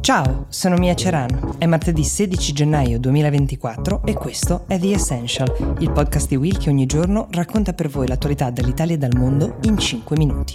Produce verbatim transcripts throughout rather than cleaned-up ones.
Ciao, sono Mia Ceran. È martedì sedici gennaio duemilaventiquattro e questo è The Essential, il podcast di Will che ogni giorno racconta per voi l'attualità dall'Italia e dal mondo in cinque minuti.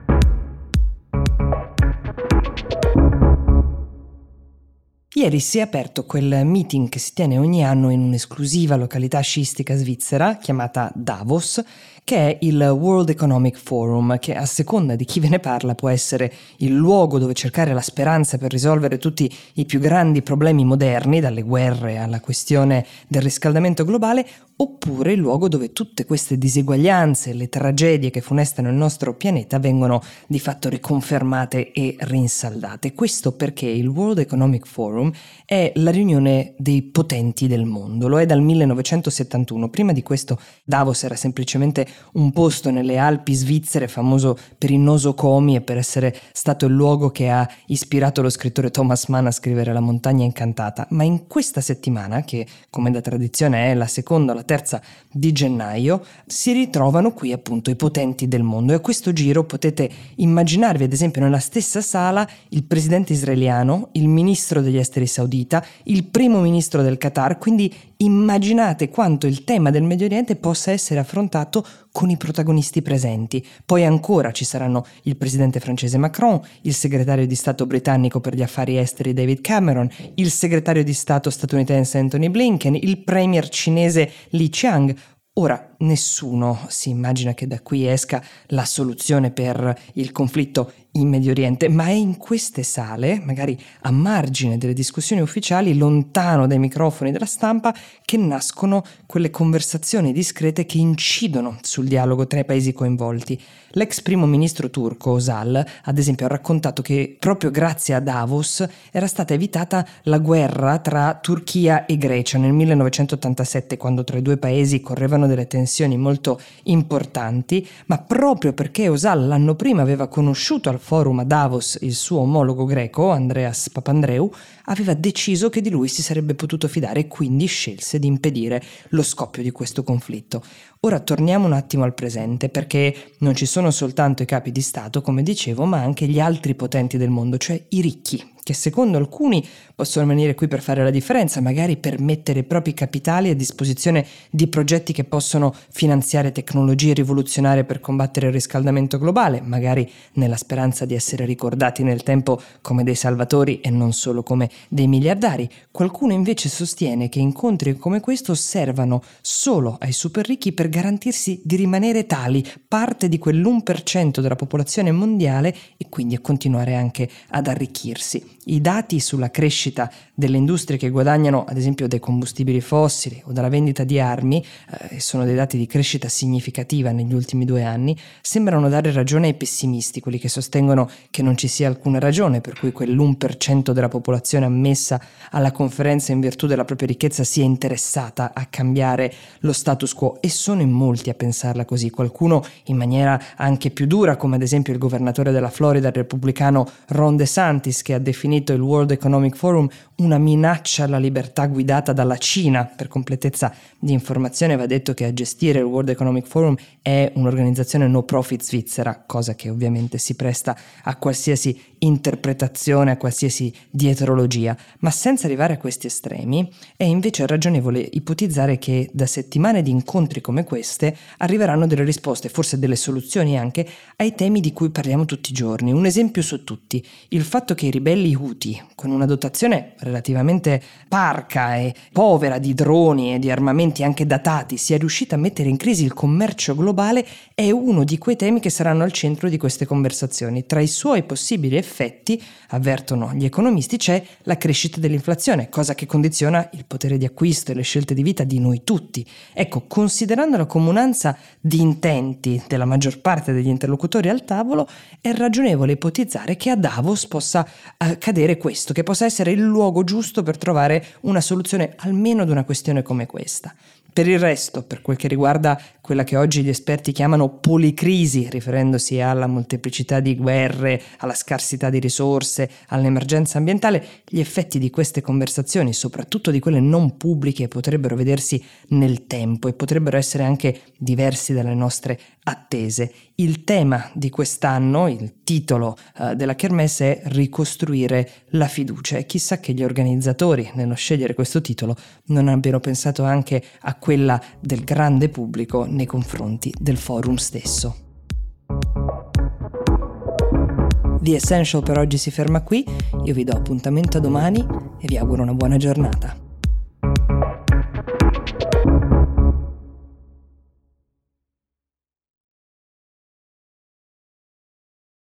Ieri si è aperto quel meeting che si tiene ogni anno in un'esclusiva località sciistica svizzera chiamata Davos, che è il World Economic Forum, che a seconda di chi ve ne parla può essere il luogo dove cercare la speranza per risolvere tutti i più grandi problemi moderni, dalle guerre alla questione del riscaldamento globale, oppure il luogo dove tutte queste diseguaglianze, le tragedie che funestano il nostro pianeta vengono di fatto riconfermate e rinsaldate. Questo perché il World Economic Forum è la riunione dei potenti del mondo, lo è dal millenovecentosettantuno. Prima di questo Davos era semplicemente un posto nelle Alpi svizzere famoso per i nosocomi e per essere stato il luogo che ha ispirato lo scrittore Thomas Mann a scrivere La montagna incantata, ma in questa settimana, che come da tradizione è la seconda o la terza di gennaio, si ritrovano qui appunto i potenti del mondo e a questo giro potete immaginarvi ad esempio nella stessa sala il presidente israeliano, il ministro degli esteri saudita, il primo ministro del Qatar, quindi immaginate quanto il tema del Medio Oriente possa essere affrontato con i protagonisti presenti. Poi ancora ci saranno il presidente francese Macron, il segretario di Stato britannico per gli affari esteri David Cameron, il segretario di Stato statunitense Antony Blinken, il premier cinese Li Qiang. Ora, nessuno si immagina che da qui esca la soluzione per il conflitto in Medio Oriente, ma è in queste sale, magari a margine delle discussioni ufficiali, lontano dai microfoni della stampa, che nascono quelle conversazioni discrete che incidono sul dialogo tra i paesi coinvolti. L'ex primo ministro turco Özal, ad esempio, ha raccontato che proprio grazie a Davos era stata evitata la guerra tra Turchia e Grecia nel millenovecentottantasette, quando tra i due paesi correvano delle tensioni molto importanti, ma proprio perché Özal l'anno prima aveva conosciuto al forum a Davos il suo omologo greco, Andreas Papandreou, aveva deciso che di lui si sarebbe potuto fidare e quindi scelse di impedire lo scoppio di questo conflitto. Ora torniamo un attimo al presente, perché non ci sono soltanto i capi di Stato, come dicevo, ma anche gli altri potenti del mondo, cioè i ricchi, che secondo alcuni possono venire qui per fare la differenza, magari per mettere i propri capitali a disposizione di progetti che possono finanziare tecnologie rivoluzionarie per combattere il riscaldamento globale, magari nella speranza di essere ricordati nel tempo come dei salvatori e non solo come dei miliardari. Qualcuno invece sostiene che incontri come questo servano solo ai super ricchi per garantirsi di rimanere tali, parte di quell'uno per cento della popolazione mondiale, e quindi a continuare anche ad arricchirsi. I dati sulla crescita delle industrie che guadagnano ad esempio dai combustibili fossili o dalla vendita di armi, eh, sono dei dati di crescita significativa negli ultimi due anni, sembrano dare ragione ai pessimisti, quelli che sostengono che non ci sia alcuna ragione per cui quell'uno per cento della popolazione ammessa alla conferenza in virtù della propria ricchezza sia interessata a cambiare lo status quo, e sono in molti a pensarla così, qualcuno in maniera anche più dura, come ad esempio il governatore della Florida, il repubblicano Ron DeSantis, che ha definito il World Economic Forum una minaccia alla libertà guidata dalla Cina. Per completezza di informazione va detto che a gestire il World Economic Forum è un'organizzazione no profit svizzera, cosa che ovviamente si presta a qualsiasi interpretazione, a qualsiasi dietrologia, ma senza arrivare a questi estremi è invece ragionevole ipotizzare che da settimane di incontri come queste arriveranno delle risposte, forse delle soluzioni anche, ai temi di cui parliamo tutti i giorni. Un esempio su tutti: il fatto che i ribelli Houthi, con una dotazione relativamente parca e povera di droni e di armamenti anche datati, sia riuscita a mettere in crisi il commercio globale, è uno di quei temi che saranno al centro di queste conversazioni. Tra i suoi possibili effetti, avvertono gli economisti, c'è la crescita dell'inflazione, cosa che condiziona il potere di acquisto e le scelte di vita di noi tutti. Ecco, considerando la comunanza di intenti della maggior parte degli interlocutori al tavolo, è ragionevole ipotizzare che a Davos possa accadere questo, che possa essere il luogo giusto per trovare una soluzione almeno ad una questione come questa. Per il resto, per quel che riguarda quella che oggi gli esperti chiamano policrisi, riferendosi alla molteplicità di guerre, alla scarsità di risorse, all'emergenza ambientale, gli effetti di queste conversazioni, soprattutto di quelle non pubbliche, potrebbero vedersi nel tempo e potrebbero essere anche diversi dalle nostre attese. Il tema di quest'anno, il titolo uh, della Kermesse è Ricostruire la fiducia, e chissà che gli organizzatori, nello scegliere questo titolo, non abbiano pensato anche a quella del grande pubblico nei confronti del forum stesso. The Essential per oggi si ferma qui, io vi do appuntamento a domani e vi auguro una buona giornata.